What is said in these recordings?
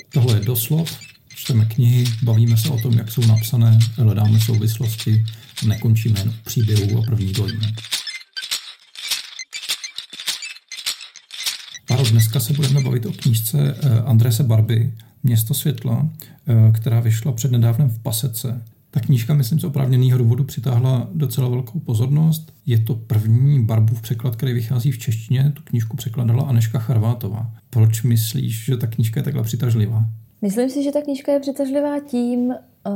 Tohle je doslov, čteme knihy, bavíme se o tom, jak jsou napsané, hledáme souvislosti, nekončíme jen u příběhů a první dojmy. Dneska se budeme bavit o knížce Andrese Barby Město světla, která vyšla přednedávnem v Pasece. Ta knížka, myslím, z oprávněného důvodu přitáhla docela velkou pozornost. Je to první Barbův překlad, který vychází v češtině. Tu knížku překladala Anežka Charvátová. Proč myslíš, že ta knížka je takhle přitažlivá? Myslím si, že ta knížka je přitažlivá tím,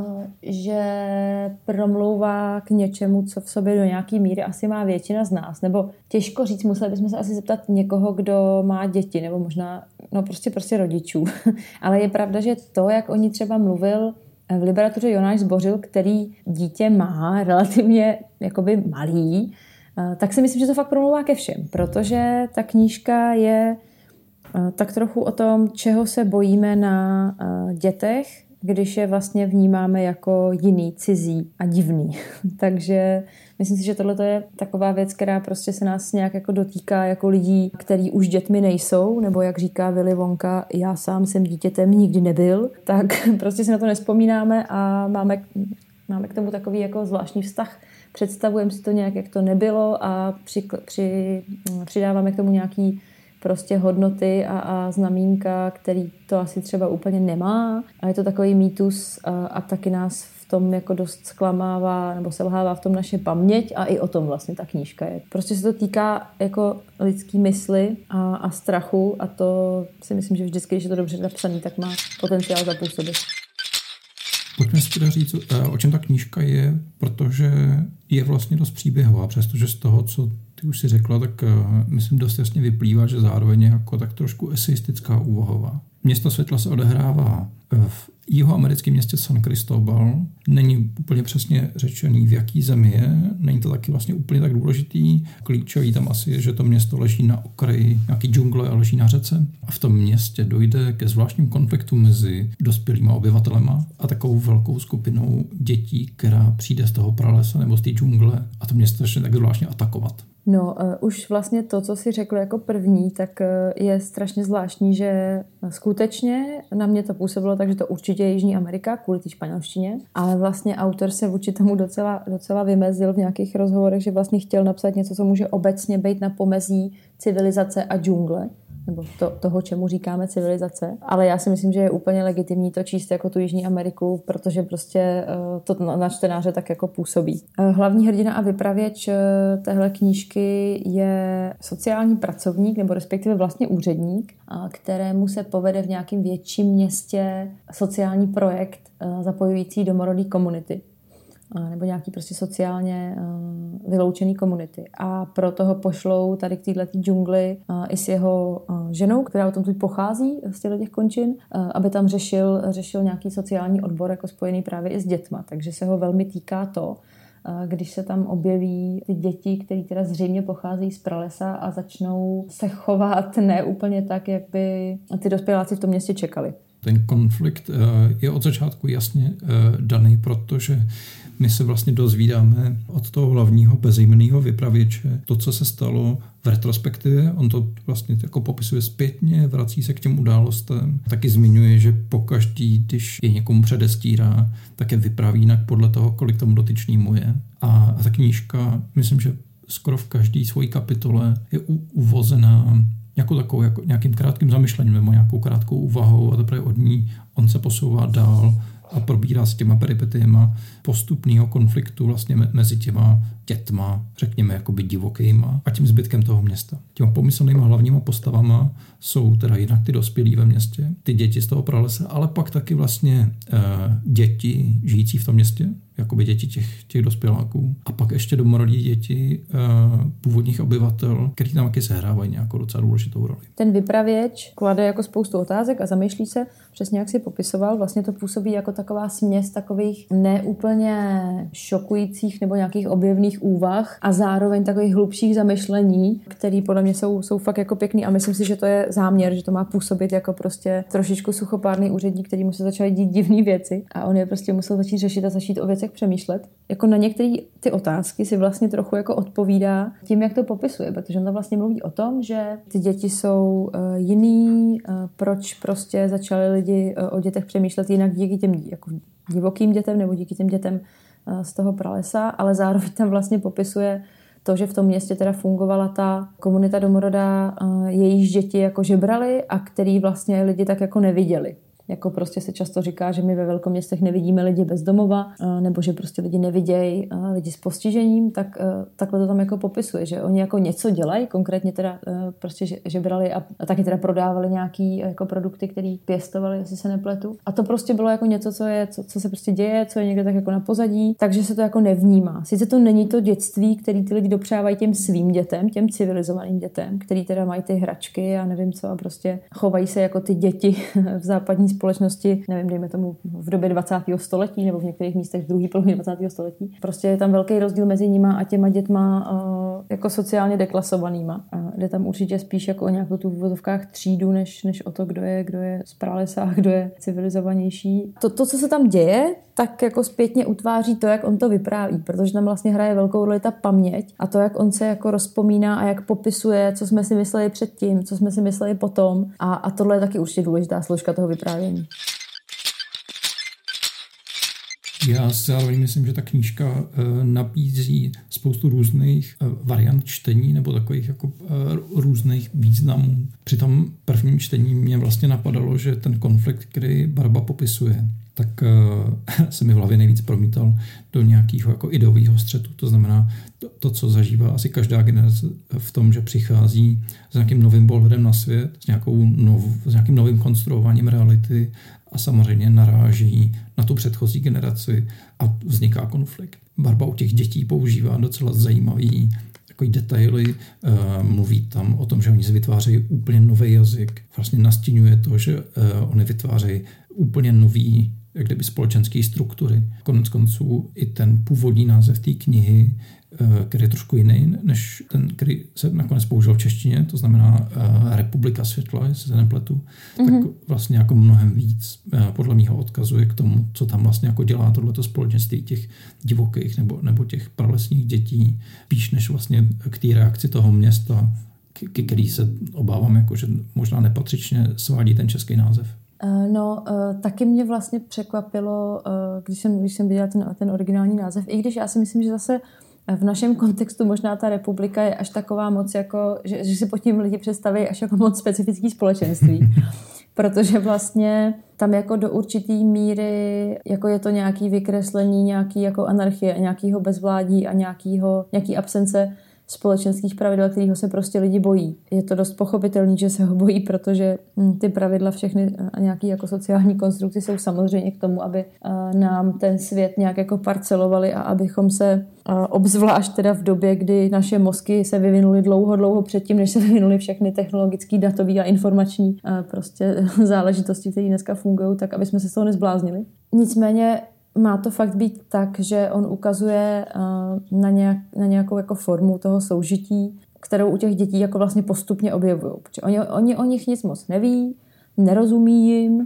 že promlouvá k něčemu, co v sobě do nějaký míry asi má většina z nás. Nebo těžko říct, museli bychom se asi zeptat někoho, kdo má děti, nebo možná prostě rodičů. Ale je pravda, že to, jak o ní třeba mluvil v literatuře Jonáš Zbořil, který dítě má relativně jakoby malý, tak si myslím, že to fakt promlouvá ke všem. Protože ta knížka je tak trochu o tom, čeho se bojíme na dětech, když je vlastně vnímáme jako jiný, cizí a divný. Takže myslím si, že tohle je taková věc, která prostě se nás nějak jako dotýká jako lidí, který už dětmi nejsou, nebo jak říká Willy Wonka, já sám jsem dítětem nikdy nebyl, tak prostě si na to nevzpomínáme a máme k tomu takový jako zvláštní vztah. Představujeme si to nějak, jak to nebylo a přidáváme k tomu nějaký prostě hodnoty a znamínka, který to asi třeba úplně nemá. A je to takový mýtus a taky nás v tom jako dost zklamává nebo selhává v tom naše paměť a i o tom vlastně ta knížka je. Prostě se to týká jako lidský mysli a strachu a to si myslím, že vždycky, když je to dobře napsaný, tak má potenciál zapůsobit. Pojďme si teda říct, o čem ta knížka je, protože je vlastně dost příběhová, přestože z toho, co ty už si řekla, tak myslím dost jasně vyplývá, že zároveň je jako tak trošku eseistická, úvahová. Město světla se odehrává v jihoamerickém městě San Cristóbal. Není úplně přesně řečený, v jaký zemi je. Není to taky vlastně úplně tak důležitý. Klíčový tam asi je, že to město leží na okraji nějaký džungle a leží na řece. A v tom městě dojde ke zvláštním konfliktu mezi dospělýma obyvatelema a takovou velkou skupinou dětí, která přijde z toho pralesa nebo z té džungle a to město začne tak zvláštně atakovat. No, už vlastně to, co jsi řekl jako první, tak je strašně zvláštní, že skutečně na mě to působilo tak, že to určitě je Jižní Amerika kvůli té španělštině, ale vlastně autor se vůči tomu docela vymezil v nějakých rozhovorech, že vlastně chtěl napsat něco, co může obecně být na pomezí civilizace a džungle, nebo toho, čemu říkáme civilizace. Ale já si myslím, že je úplně legitimní to číst jako tu Jižní Ameriku, protože prostě to na čtenáře tak jako působí. Hlavní hrdina a vypravěč téhle knížky je sociální pracovník, nebo respektive vlastně úředník, kterému se povede v nějakém větším městě sociální projekt zapojující domorodý komunity nebo nějaký prostě sociálně vyloučený komunity. A proto ho pošlou tady k této džungli i s jeho ženou, která o tom tu pochází z těch končin, aby tam řešil nějaký sociální odbor jako spojený právě i s dětma. Takže se ho velmi týká to, když se tam objeví ty děti, které teda zřejmě pocházejí z pralesa a začnou se chovat ne úplně tak, jak by ty dospěláci v tom městě čekali. Ten konflikt je od začátku jasně daný, protože my se vlastně dozvídáme od toho hlavního bezejmenného vypravěče to, co se stalo v retrospektivě. On to vlastně jako popisuje zpětně, vrací se k těm událostem. Taky zmiňuje, že pokaždý, když je někomu předestírá, tak je vypráví jinak podle toho, kolik tomu dotyčnému je. A ta knížka, myslím, že skoro v každé svojí kapitole je uvozená jako nějakým krátkým zamyšlením nebo nějakou krátkou úvahou a teprve od ní on se posouvá dál a probírá s těma peripetiema postupného konfliktu vlastně mezi těma dětma, řekněme jakoby divokýma a tím zbytkem toho města. Těma pomyslnýma hlavníma postavama jsou teda jinak ty dospělí ve městě, ty děti z toho pralesa, ale pak taky vlastně děti žijící v tom městě, jakoby děti těch dospěláků a pak ještě domorodí děti původních obyvatel, který tam taky sehrávají nějakou docela důležitou roli. Ten vypravěč klade jako spoustu otázek a zamýšlí se, přesně jak si popisoval, vlastně to působí jako taková směs takových neúplně šokujících nebo nějakých objevných úvah a zároveň takových hlubších zamyšlení, které podle mě jsou fakt jako pěkný a myslím si, že to je záměr, že to má působit jako prostě trošičku suchopárný úředník, který mu se začaly dít divné věci a on je prostě musel začít řešit a začít o věcech dětech přemýšlet. Jako na některé ty otázky si vlastně trochu jako odpovídá tím, jak to popisuje, protože on tam vlastně mluví o tom, že ty děti jsou jiný, proč prostě začali lidi o dětech přemýšlet jinak díky těm jako divokým dětem nebo díky těm dětem z toho pralesa, ale zároveň tam vlastně popisuje to, že v tom městě teda fungovala ta komunita domorodá, jejíž děti jako žebrali a který vlastně lidi tak jako neviděli. Jako prostě se často říká, že my ve velkoměstech nevidíme lidi bez domova, nebo že prostě lidi nevidějí lidi s postižením, tak takhle to tam jako popisuje, že oni jako něco dělají, konkrétně teda prostě žebrali a taky teda prodávali nějaký jako produkty, které pěstovali, jestli se nepletu. A to prostě bylo jako něco, co se prostě děje, co je někde tak jako na pozadí, takže se to jako nevnímá. Sice to není to dětství, který ty lidi dopřávají těm svým dětem, těm civilizovaným dětem, který teda mají ty hračky a nevím co a prostě chovají se jako ty děti v západní společnosti, nevím, dejme tomu v době 20. století nebo v některých místech v druhé polovině 20. století. Prostě je tam velký rozdíl mezi nima a těma dětma jako sociálně deklasovanýma. Jde tam určitě spíš jako o nějakou tu v uvozovkách třídu, než o to, kdo je z pralesa a kdo je civilizovanější. To, co se tam děje, tak jako zpětně utváří to, jak on to vypráví, protože tam vlastně hraje velkou roli ta paměť a to, jak on se jako rozpomíná a jak popisuje, co jsme si mysleli předtím, co jsme si mysleli potom a tohle je taky určitě důležitá složka toho vyprávění. Já zároveň myslím, že ta knížka nabízí spoustu různých variant čtení nebo takových jako různých významů. Při tom prvním čtení mě vlastně napadalo, že ten konflikt, který Barba popisuje, tak se mi v hlavě nejvíc promítal do nějakého jako ideového střetu. To znamená to, co zažívá asi každá generace v tom, že přichází s nějakým novým pohledem na svět, s nějakým novým konstruováním reality a samozřejmě naráží na tu předchozí generaci a vzniká konflikt. Barba u těch dětí používá docela zajímavý takový detaily, mluví tam o tom, že oni si vytvářejí úplně nový jazyk. Vlastně nastíňuje to, že oni vytvářejí úplně nový jak kdyby společenské struktury. Konec konců i ten původní název té knihy, který je trošku jiný, než ten, který se nakonec použil v češtině, to znamená Republika světla, jestli se nepletu, tak vlastně jako mnohem víc podle mýho odkazuje k tomu, co tam vlastně jako dělá tohleto společenství těch divokých nebo těch pralesních dětí, spíš než vlastně k té reakci toho města, který se obávám, jako, že možná nepatřičně svádí ten český název. Taky mě vlastně překvapilo, když jsem viděla ten originální název, i když já si myslím, že zase v našem kontextu možná ta republika je až taková moc, jako, že si pod tím lidi představí až jako moc specifický společenství. Protože vlastně tam jako do určitý míry jako je to nějaký vykreslení, nějaký jako anarchie, nějakýho bezvládí a nějaký absence společenských pravidel, kterého se prostě lidi bojí. Je to dost pochopitelný, že se ho bojí, protože ty pravidla všechny a nějaký jako sociální konstrukce jsou samozřejmě k tomu, aby nám ten svět nějak jako parcelovali a abychom se obzvlášť teda v době, kdy naše mozky se vyvinuly dlouho předtím, než se vyvinuly všechny technologické, datové a informační prostě záležitosti, které dneska fungují, tak aby jsme se z toho nezbláznili. Nicméně má to fakt být tak, že on ukazuje na nějakou jako formu toho soužití, kterou u těch dětí jako vlastně postupně objevují. Oni o nich nic moc neví, nerozumí jim,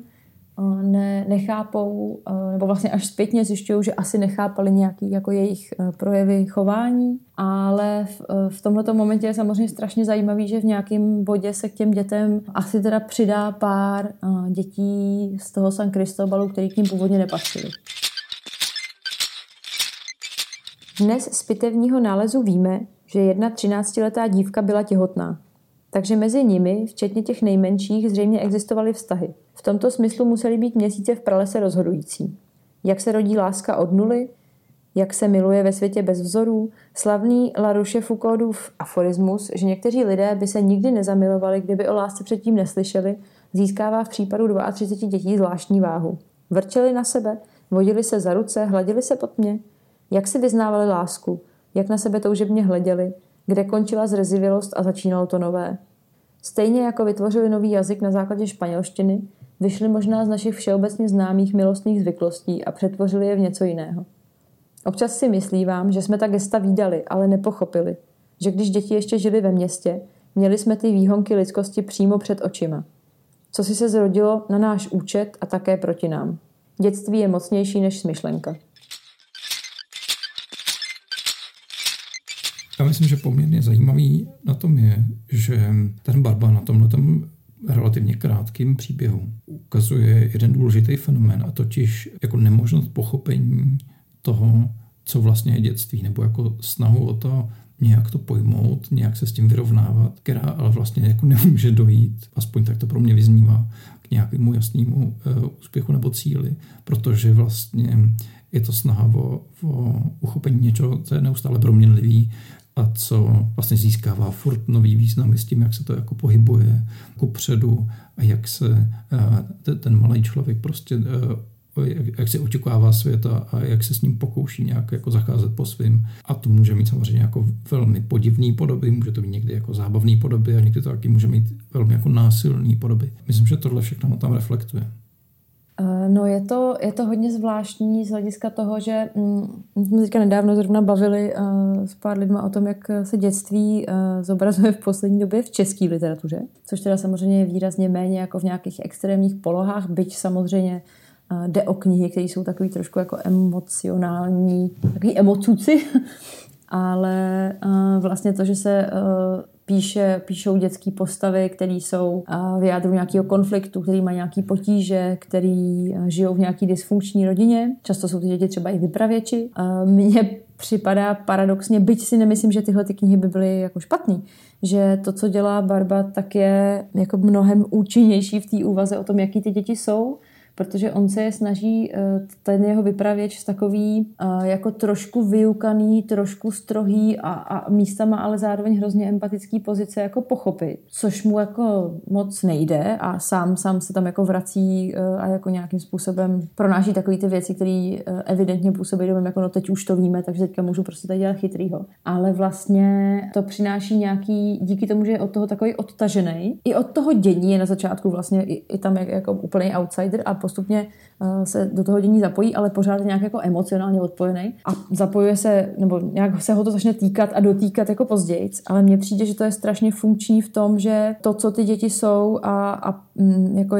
nechápou, nebo vlastně až zpětně zjišťují, že asi nechápali nějaký jako jejich projevy chování, ale v tomto momentě je samozřejmě strašně zajímavý, že v nějakém bodě se k těm dětem asi teda přidá pár dětí z toho San Cristobalu, který k ním původně nepatřili. Dnes z pitevního nálezu víme, že jedna 13letá dívka byla těhotná. Takže mezi nimi, včetně těch nejmenších, zřejmě existovaly vztahy. V tomto smyslu musely být měsíce v pralese rozhodující. Jak se rodí láska od nuly? Jak se miluje ve světě bez vzorů? Slavný La Rochefoucaldův aforismus, že někteří lidé by se nikdy nezamilovali, kdyby o lásce předtím neslyšeli, získává v případu 32 dětí zvláštní váhu. Vrčeli na sebe, vodili se za ruce, hladili se po tmě. Jak si vyznávali lásku? Jak na sebe toužebně hleděli? Kde končila zrezivělost a začínalo to nové? Stejně jako vytvořili nový jazyk na základě španělštiny, vyšli možná z našich všeobecně známých milostných zvyklostí a přetvořili je v něco jiného. Občas si myslívám, že jsme ta gesta vídali, ale nepochopili, že když děti ještě žili ve městě, měli jsme ty výhonky lidskosti přímo před očima. Co si se zrodilo na náš účet a také proti nám. Dětství je mocnější než smyšlenka. Já myslím, že poměrně zajímavý na tom je, že ten Barba na tomhletom relativně krátkým příběhu ukazuje jeden důležitý fenomén, a totiž jako nemožnost pochopení toho, co vlastně je dětství, nebo jako snahu o to nějak to pojmout, nějak se s tím vyrovnávat, která ale vlastně jako nemůže dojít, aspoň tak to pro mě vyznívá, k nějakému jasnému úspěchu nebo cíli, protože vlastně je to snaha o uchopení něčeho, co je neustále proměnlivý a co vlastně získává furt nový význam s tím, jak se to jako pohybuje kupředu a jak se ten malý člověk prostě jak se očekává svět a jak se s ním pokouší nějak jako zacházet po svým. A to může mít samozřejmě jako velmi podivný podoby, může to být někdy jako zábavný podoby a někdy to taky může mít velmi jako násilný podoby. Myslím, že tohle všechno tam reflektuje. No je to hodně zvláštní z hlediska toho, že jsme teďka nedávno zrovna bavili s pár lidma o tom, jak se dětství zobrazuje v poslední době v české literatuře, což teda samozřejmě je výrazně méně jako v nějakých extrémních polohách, byť samozřejmě jde o knihy, které jsou takový trošku jako emocionální, takový emocuci, ale vlastně to, že se píšou dětské postavy, které jsou v jádru nějakého konfliktu, který mají nějaký potíže, který žijou v nějaký dysfunkční rodině. Často jsou ty děti třeba i vypravěči. Mně připadá paradoxně, byť si nemyslím, že tyhle ty knihy by byly jako špatný, že to, co dělá Barba, tak je jako mnohem účinnější v té úvaze o tom, jaký ty děti jsou, protože on se je snaží, ten jeho vypravěč, takový jako trošku vyukaný, trošku strohý a místama ale zároveň hrozně empatický pozice jako pochopit, což mu jako moc nejde a sám se tam jako vrací a jako nějakým způsobem pronáší takový ty věci, které evidentně působí domem, jako no teď už to víme, takže teďka můžu prostě tady dělat chytrýho. Ale vlastně to přináší nějaký, díky tomu, že je od toho takový odtažený. I od toho dění je na začátku vlastně i tam jako úplný outsider a postupně se do toho dění zapojí, ale pořád je nějak jako emocionálně odpojený a zapojuje se, nebo nějak se ho to začne týkat a dotýkat jako později, ale mně přijde, že to je strašně funkční v tom, že to, co ty děti jsou a jako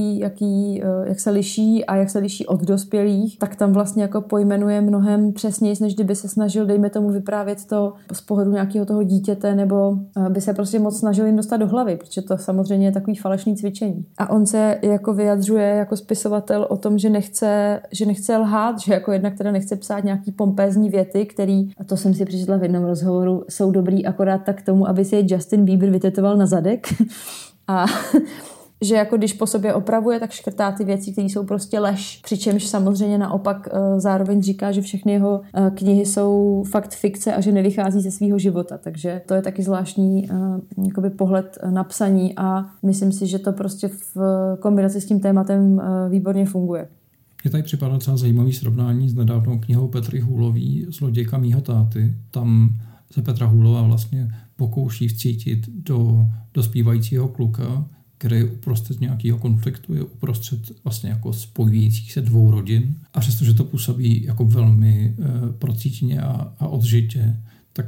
jak se liší a jak se liší od dospělých, tak tam vlastně jako pojmenuje mnohem přesněji, než kdyby se snažil, dejme tomu, vyprávět to z pohledu nějakého toho dítěte, nebo by se prostě moc snažil jim dostat do hlavy, protože to samozřejmě je takový falešný cvičení. A on se jako vyjadřuje jako spisovatel o tom, že nechce lhát, že jako jednak teda nechce psát nějaký pompézní věty, který, a to jsem si přečetla v jednom rozhovoru, jsou dobrý akorát tak k tomu, aby si je Justin Bieber vytetoval na zadek. A že jako když po sobě opravuje, tak škrtá ty věci, které jsou prostě lež. Přičemž samozřejmě naopak zároveň říká, že všechny jeho knihy jsou fakt fikce a že nevychází ze svého života. Takže to je taky zvláštní jakoby pohled na psaní a myslím si, že to prostě v kombinaci s tím tématem výborně funguje. Mně tady připadá docela zajímavý srovnání s nedávnou knihou Petry Hůlový Zlodějka mýho táty. Tam se Petra Hůlová vlastně pokouší vcítit do dospívajícího kluka, který je uprostřed nějakého konfliktu, je uprostřed vlastně jako spojujících se dvou rodin. A přestože to působí jako velmi procítěně a odžitě, tak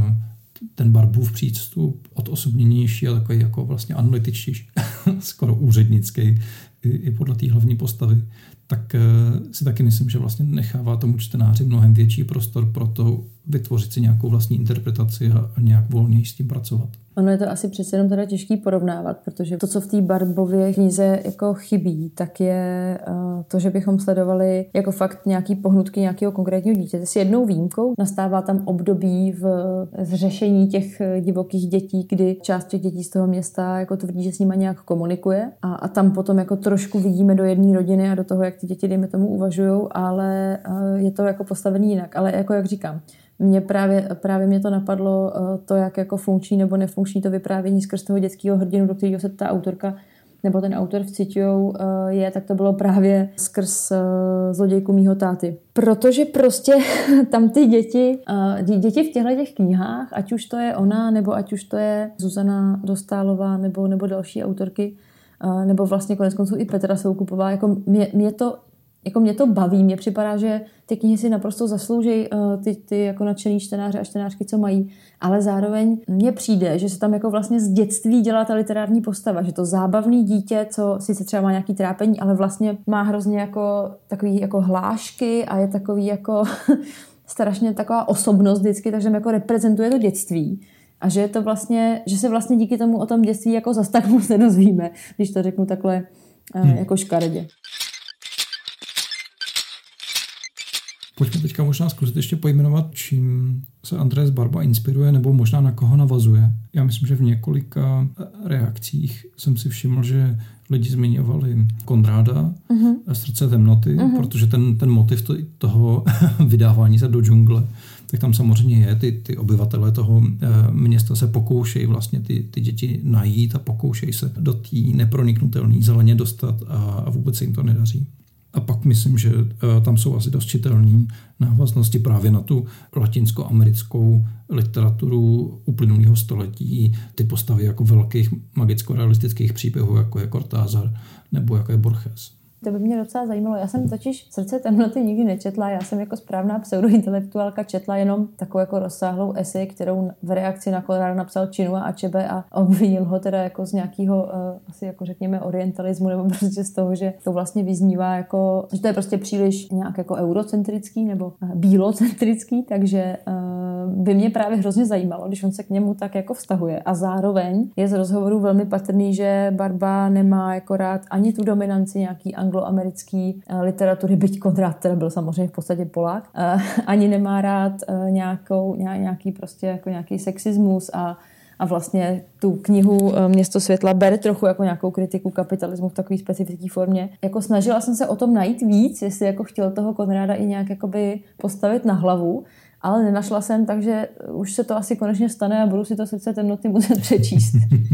ten Barbův přístup odosobněnější a takový jako vlastně analytičtější, skoro úřednický i podle té hlavní postavy, tak si taky myslím, že vlastně nechává tomu čtenáři mnohem větší prostor pro to vytvořit si nějakou vlastní interpretaci a nějak volněji s tím pracovat. Ono je to asi přece jenom teda těžký porovnávat, protože to, co v té Barbově knize jako chybí, tak je to, že bychom sledovali jako fakt nějaký pohnutky nějakého konkrétního dítěte. S jednou výjimkou nastává tam období v řešení těch divokých dětí, kdy část těch dětí z toho města jako tvrdí, že s nima nějak komunikuje a tam potom jako trošku vidíme do jedné rodiny a do toho, jak ty děti, dejme tomu, uvažujou, ale je to jako postavený jinak. Ale jako jak říkám, mě právě mě to napadlo, to, jak jako funkční nebo nefunkční to vyprávění skrz toho dětského hrdinu, do kterého se ta autorka nebo ten autor vcitujou je, tak to bylo právě skrz Zlodějku mýho táty. Protože prostě tam ty děti v těchto knihách, ať už to je ona, nebo ať už to je Zuzana Dostálová, nebo další autorky, nebo vlastně koneckonců i Petra Soukupová, jako mě to baví, mně připadá, že ty knihy si naprosto zaslouží ty jako nadšený čtenáře a čtenářky, co mají, ale zároveň mně přijde, že se tam jako vlastně z dětství dělá ta literární postava, že to zábavný dítě, co sice třeba má nějaký trápení, ale vlastně má hrozně jako takový jako hlášky a je takový jako strašně taková osobnost vždycky, takže jako reprezentuje to dětství. A že je to vlastně, že se vlastně díky tomu o tom dětství jako zas tak moc nedozvíme, když to řeknu takhle jako škaredě. Pojďme teďka možná zkusit ještě pojmenovat, čím se Andrés Barba inspiruje, nebo možná na koho navazuje. Já myslím, že v několika reakcích jsem si všiml, že lidi zmiňovali Konráda, Srdce temnoty, protože ten motiv toho vydávání se do džungle, tak tam samozřejmě je, ty obyvatelé toho města se pokoušejí vlastně ty děti najít a pokoušejí se do té neproniknutelné zeleně dostat a vůbec se jim to nedaří. A pak myslím, že tam jsou asi dost čitelné návaznosti právě na tu latinskoamerickou literaturu uplynulého století, ty postavy jako velkých magicko-realistických příběhů, jako je Cortázar nebo jako je Borges. To by mě docela zajímalo. Já jsem totiž Srdce temnoty nikdy nečetla. Já jsem jako správná pseudointelektuálka četla jenom takovou jako rozsáhlou esej, kterou v reakci na Konráda napsal Chinua Achebe a obvinil ho teda jako z nějakého asi jako řekněme orientalismu nebo prostě z toho, že to vlastně vyznívá jako, že to je prostě příliš nějak jako eurocentrický nebo bílocentrický, takže by mě právě hrozně zajímalo, když on se k němu tak jako vztahuje. A zároveň je z rozhovoru velmi patrný, že Barba nemá jako rád ani tu dominanci nějaký angloamerický literatury, byť Konrád teda byl samozřejmě v podstatě Polák, ani nemá rád nějaký prostě jako nějaký sexismus a vlastně tu knihu Město světla bere trochu jako nějakou kritiku kapitalismu v takové specifické formě. Jako snažila jsem se o tom najít víc, jestli jako chtěl toho Konráda i nějak jakoby postavit na hlavu, ale nenašla jsem, takže už se to asi konečně stane a budu si to Srdce temnoty muset přečíst.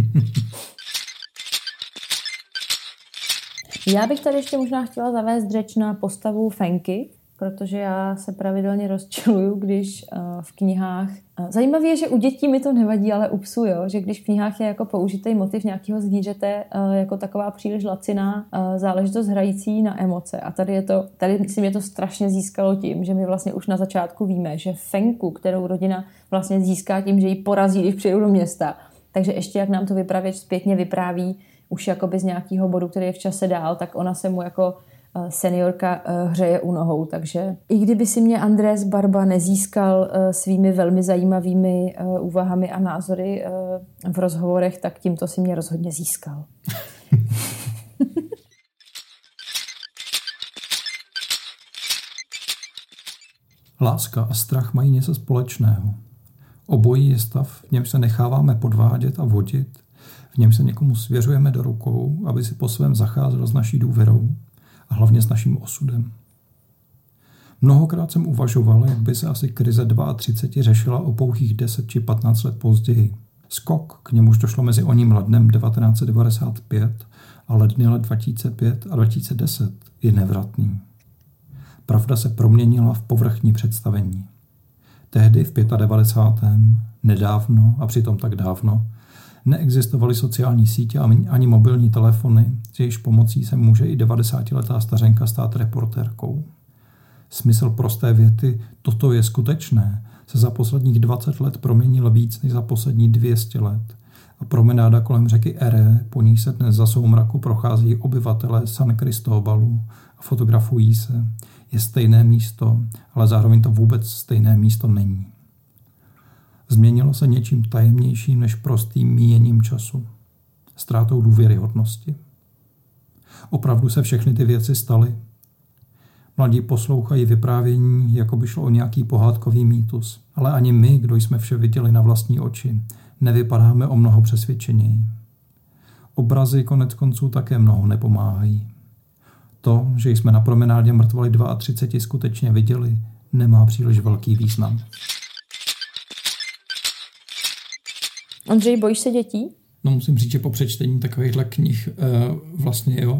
Já bych tady ještě možná chtěla zavést řeč na postavu Fenky, protože já se pravidelně rozčiluju, když v knihách... Zajímavé je, že u dětí mi to nevadí, ale u psů, jo? Že když v knihách je jako použitý motiv nějakého zvířete jako taková příliš laciná záležitost hrající na emoce. A tady si mě to strašně získalo tím, že my vlastně už na začátku víme, že Fenku, kterou rodina vlastně získá tím, že ji porazí, když přijdou do města, takže ještě jak nám to vypravěč zpětně vypráví, už jakoby z nějakého bodu, který je v čase dál, tak ona se mu jako seniorka hřeje u nohou. Takže i kdyby si mě Andrés Barba nezískal svými velmi zajímavými úvahami a názory v rozhovorech, tak tímto si mě rozhodně získal. Láska a strach mají něco společného. Obojí je stav, v něm se necháváme podvádět a vodit, v něm se někomu svěřujeme do rukou, aby si po svém zacházel s naší důvěrou a hlavně s naším osudem. Mnohokrát jsem uvažoval, jak by se asi krize 32 řešila o pouhých 10 či 15 let později. Skok, k němuž došlo mezi oním lednem 1995 a ledny let 2005 a 2010, je nevratný. Pravda se proměnila v povrchní představení. Tehdy v 95. nedávno a přitom tak dávno neexistovaly sociální sítě ani mobilní telefony, s jejichž pomocí se může i 90letá stařenka stát reportérkou. Smysl prosté věty "toto je skutečné" se za posledních 20 let proměnil víc než za poslední 200 let. A promenáda kolem řeky Ere, po níž se dnes za soumraku prochází obyvatelé San Cristóbalu a fotografují se, je stejné místo, ale zároveň to vůbec stejné místo není. Změnilo se něčím tajemnějším než prostým míjením času, ztrátou důvěryhodnosti. Opravdu se všechny ty věci staly. Mladí poslouchají vyprávění, jako by šlo o nějaký pohádkový mýtus, ale ani my, kdo jsme vše viděli na vlastní oči, nevypadáme o mnoho přesvědčeněji. Obrazy konec konců také mnoho nepomáhají. To, že jsme na promenádě mrtvoli 32 skutečně viděli, nemá příliš velký význam. Ondřej, bojíš se dětí? No, musím říct, že po přečtení takovýchhle knih vlastně jo.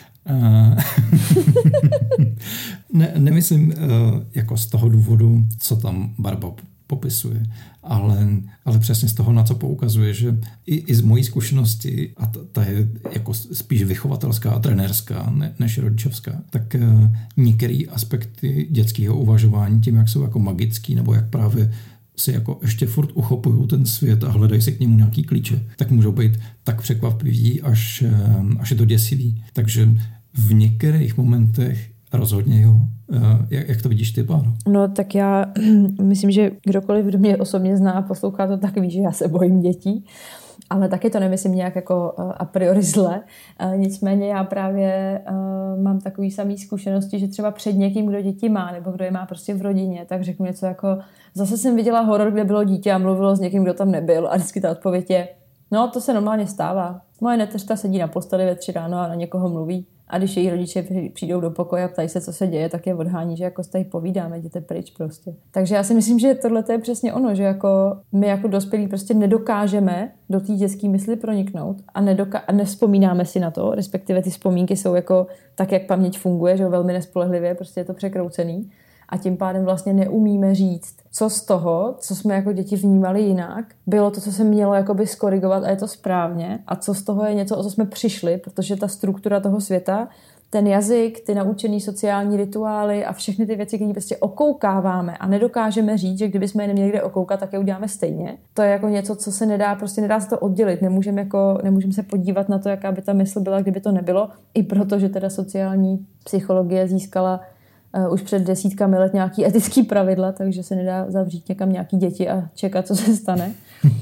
Nemyslím jako z toho důvodu, co tam Barba popisuje, ale přesně z toho, na co poukazuje, že i z mojí zkušenosti, a ta je jako spíš vychovatelská a trenérská než rodičovská, tak některé aspekty dětského uvažování tím, jak jsou jako magický, nebo jak právě si jako ještě furt uchopují ten svět a hledají si k němu nějaký klíče, tak můžou být tak překvapivý, až je to děsivý. Takže v některých momentech rozhodně jo. Jak to vidíš ty, Báro? No tak já myslím, že kdokoliv, kdo mě osobně zná a poslouchá to, tak ví, že já se bojím dětí. Ale taky to nemyslím nějak jako a priori zle. Nicméně já právě mám takový samý zkušenosti, že třeba před někým, kdo děti má, nebo kdo je má prostě v rodině, tak řeknu něco jako, zase jsem viděla horor, kde bylo dítě a mluvilo s někým, kdo tam nebyl. A vždycky ta odpověď je, no to se normálně stává. Moje neteřka sedí na posteli ve 3 ráno a na někoho mluví. A když její rodiče přijdou do pokoje a ptají se, co se děje, tak je odhání, že jako tady povídáme, jděte pryč prostě. Takže já si myslím, že tohle je přesně ono, že jako my jako dospělí prostě nedokážeme do té dětské mysli proniknout a nevzpomínáme si na to, respektive ty vzpomínky jsou jako tak, jak paměť funguje, že velmi nespolehlivě, prostě je to překroucený. A tím pádem vlastně neumíme říct, co z toho, co jsme jako děti vnímali jinak, bylo to, co se mělo jakoby skorigovat a je to správně, a co z toho je něco, o co jsme přišli, protože ta struktura toho světa, ten jazyk, ty naučený sociální rituály a všechny ty věci, které prostě okoukáváme a nedokážeme říct, že kdybychom je neměli kde okoukat, tak je uděláme stejně. To je jako něco, co se nedá, prostě nedá se to oddělit. Nemůžeme se podívat na to, jaká by ta mysl byla, kdyby to nebylo, i protože teda sociální psychologie získala už před 10 let nějaký etický pravidla, takže se nedá zavřít někam nějaký děti a čekat, co se stane.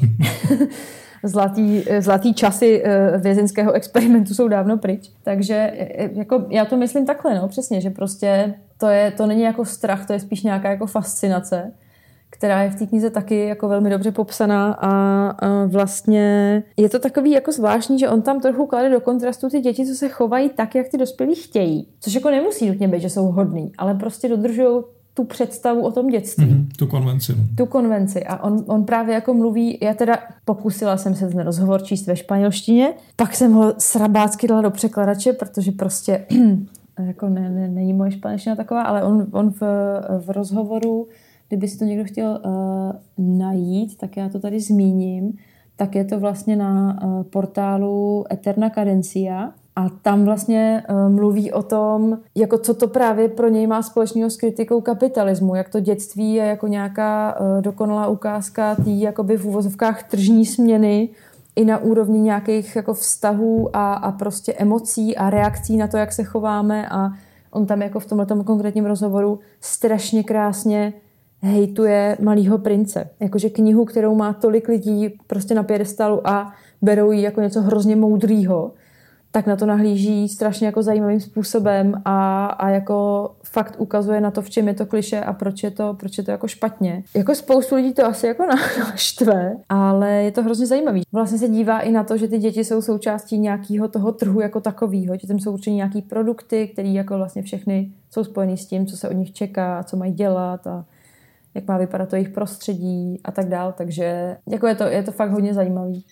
Zlatý časy vězeňského experimentu jsou dávno pryč. Takže jako, já to myslím takhle, no, přesně, že prostě to není jako strach, to je spíš nějaká jako fascinace, která je v té knize taky jako velmi dobře popsaná a vlastně je to takový jako zvláštní, že on tam trochu klade do kontrastu ty děti, co se chovají tak, jak ty dospělí chtějí. Což jako nemusí nutně být, že jsou hodný, ale prostě dodržují tu představu o tom dětství. Tu konvenci. A on právě jako mluví, já teda pokusila jsem se ten rozhovor číst ve španělštině, pak jsem ho srabácky dala do překladače, protože prostě jako není moje španělština taková, ale on v rozhovoru, kdyby si to někdo chtěl najít, tak já to tady zmíním, tak je to vlastně na portálu Eterna Cadencia a tam vlastně mluví o tom, jako co to právě pro něj má společného s kritikou kapitalismu, jak to dětství je jako nějaká dokonalá ukázka té jakoby v uvozovkách tržní směny i na úrovni nějakých jako vztahů a prostě emocí a reakcí na to, jak se chováme, a on tam jako v tomhletom konkrétním rozhovoru strašně krásně hejtuje Malýho prince. Jakože knihu, kterou má tolik lidí prostě na piedestalu a berou ji jako něco hrozně moudrýho, tak na to nahlíží strašně jako zajímavým způsobem a jako fakt ukazuje na to, v čem je to klišé a proč je to jako špatně. Jako spoustu lidí to asi jako naštve, ale je to hrozně zajímavý. Vlastně se dívá i na to, že ty děti jsou součástí nějakého toho trhu jako takového, že tam jsou určitě nějaký produkty, které jako vlastně všechny jsou spojený s tím, co se od nich čeká, co mají dělat a jak má vypadat to jejich prostředí a tak dál. Takže jako je to fakt hodně zajímavý.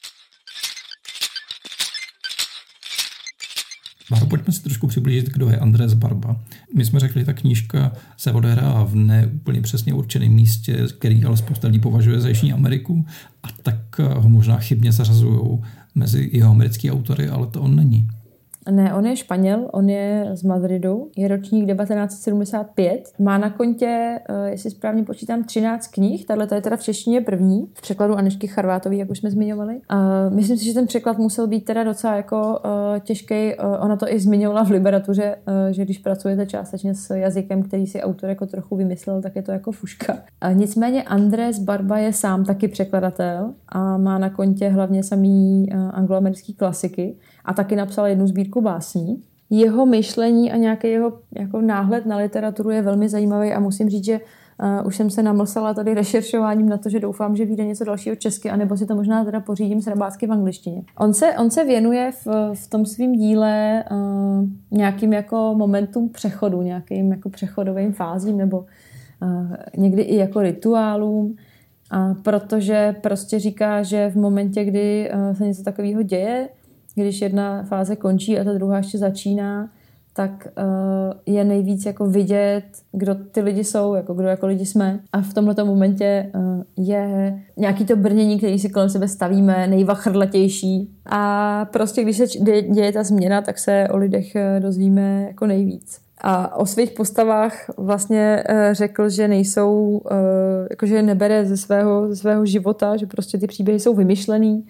Báro, pojďme si trošku přiblížit, kdo je Andrés Barba. My jsme řekli, ta knížka se odehrává v neúplně přesně určeném místě, který ale spousta lidí považuje za Jižní Ameriku, a tak ho možná chybně zařazují mezi jeho americký autory, ale to on není. Ne, on je Španěl, on je z Madridu, je ročník 1975, má na kontě, jestli správně počítám, 13 knih, tato je teda v češtině první, v překladu Anežky Charvátové, jak už jsme zmiňovali. Myslím si, že ten překlad musel být teda docela jako těžký, ona to i zmiňovala v Liberatuře, že když pracujete částečně s jazykem, který si autor jako trochu vymyslel, tak je to jako fuška. Nicméně Andrés Barba je sám taky překladatel a má na kontě hlavně samý angloamerický klasiky a taky napsal jednu sbírku básní. Jeho myšlení a nějaký jeho jako náhled na literaturu je velmi zajímavý a musím říct, že už jsem se namlsala tady rešeršováním na to, že doufám, že vyjde něco dalšího česky, anebo si to možná teda pořídím srabácky v angličtině. On se věnuje v tom svém díle nějakým jako momentům přechodu, nějakým jako přechodovým fázím nebo někdy i jako rituálům, protože prostě říká, že v momentě, kdy se něco takového děje, když jedna fáze končí a ta druhá ještě začíná, tak je nejvíc jako vidět, kdo ty lidi jsou, jako kdo jako lidi jsme. A v tomto momentě je nějaký to brnění, který si kolem sebe stavíme, nejvachrlatější. A prostě když se děje ta změna, tak se o lidech dozvíme jako nejvíc. A o svých postavách vlastně řekl, že nejsou, jakože nebere ze svého života, že prostě ty příběhy jsou vymyšlený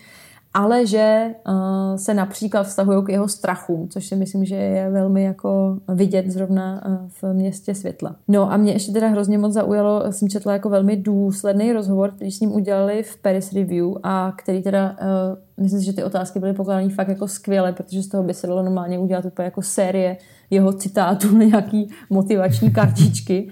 ale že se například vztahují k jeho strachům, což si myslím, že je velmi jako vidět zrovna v Městě světla. No a mě ještě teda hrozně moc zaujalo, jsem četla jako velmi důsledný rozhovor, který s ním udělali v Paris Review a který teda, myslím si, že ty otázky byly pokládané fakt jako skvěle, protože z toho by se dalo normálně udělat úplně jako série jeho citátů na nějaký motivační kartičky.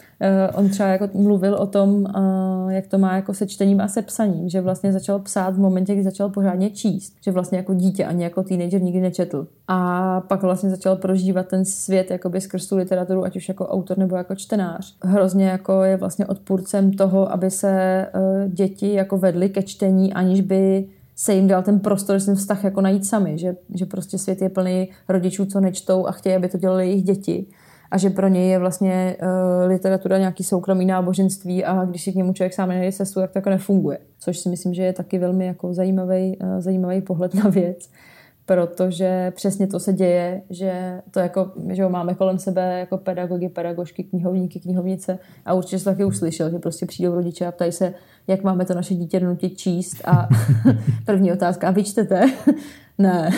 On třeba jako mluvil o tom, jak to má jako se čtením a se psaním, že vlastně začal psát v momentě, kdy začal pořádně číst, že vlastně jako dítě ani jako teenager nikdy nečetl. A pak vlastně začal prožívat ten svět jakoby skrz tu literaturu, ať už jako autor nebo jako čtenář. Hrozně jako je vlastně odpůrcem toho, aby se děti jako vedly ke čtení, aniž by se jim dal ten prostor, ten vztah jako najít sami, že prostě svět je plný rodičů, co nečtou a chtějí, aby to dělali jejich děti. A že pro něj je vlastně literatura nějaký soukromý náboženství a když si k němu člověk sám nenajde cestu, tak to jako nefunguje. Což si myslím, že je taky velmi jako zajímavý pohled na věc, protože přesně to se děje, že to jako, že máme kolem sebe jako pedagogy, pedagožky, knihovníky, knihovnice a určitě jsem taky uslyšel, že prostě přijdou rodiče a ptají se, jak máme to naše dítě donutit číst a první otázka, a vy čtete? Ne.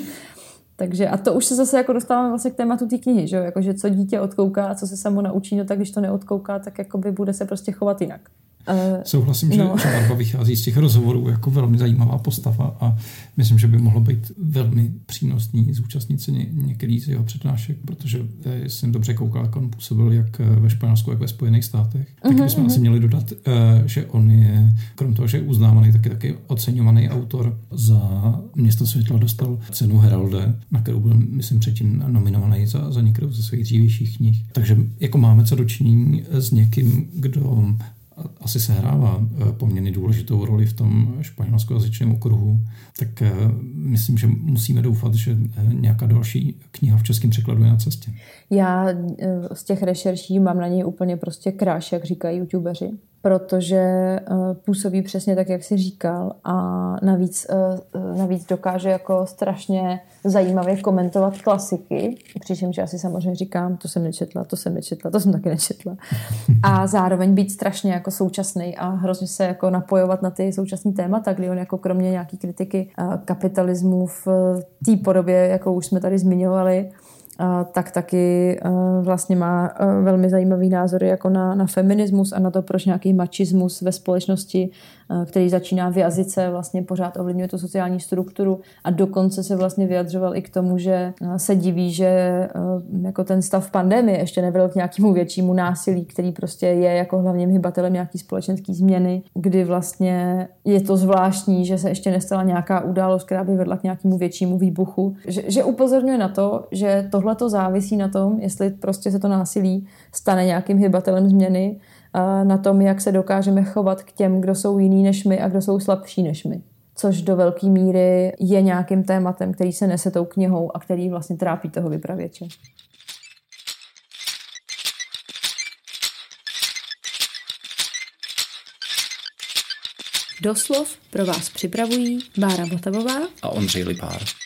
Takže a to už se zase jako dostáváme vlastně k tématu té knihy, že jo? Jako, že co dítě odkouká a co se samo naučí, no tak když to neodkouká, tak jakoby bude se prostě chovat jinak. Souhlasím, že Bára vychází z těch rozhovorů jako velmi zajímavá postava a myslím, že by mohlo být velmi přínosný zúčastnit se některý z jeho přednášek, protože jsem dobře koukal, jak on působil jak ve Španělsku, jak ve Spojených státech. Taky bychom asi měli dodat, že on je, krom toho, že je uznávaný, taky oceňovaný autor. Za Město světla dostal cenu Heralde, na kterou byl, myslím, předtím nominovaný za některou ze svých dřívějších knih. Takže jako máme co dočinění s někým, kdo asi sehrává poměrně důležitou roli v tom španělskojazyčném okruhu, tak myslím, že musíme doufat, že nějaká další kniha v českém překladu je na cestě. Já z těch rešerší mám na něj úplně prostě crush, jak říkají youtubeři, protože působí přesně tak, jak jsi říkal a navíc dokáže jako strašně zajímavě komentovat klasiky, přičemž já si samozřejmě říkám, to jsem taky nečetla. A zároveň být strašně jako současný a hrozně se jako napojovat na ty současné témata, kdy on jako kromě nějaký kritiky kapitalismu v té podobě, jakou už jsme tady zmiňovali, tak taky vlastně má velmi zajímavý názory jako na feminismus a na to, proč nějaký mačismus ve společnosti, který začíná v jazyce, vlastně pořád ovlivňuje tu sociální strukturu a dokonce se vlastně vyjadřoval i k tomu, že se diví, že jako ten stav pandemie ještě nevedl k nějakému většímu násilí, který prostě je jako hlavním hybatelem nějaký společenský změny, kdy vlastně je to zvláštní, že se ještě nestala nějaká událost, která by vedla k nějakému většímu výbuchu. Že upozorňuje na to, že tohle to závisí na tom, jestli prostě se to násilí stane nějakým hybatelem změny, na tom, jak se dokážeme chovat k těm, kdo jsou jiný než my a kdo jsou slabší než my. Což do velké míry je nějakým tématem, který se nese tou knihou a který vlastně trápí toho vypravěče. Doslov pro vás připravují Bára Votavová a Ondřej Lipár.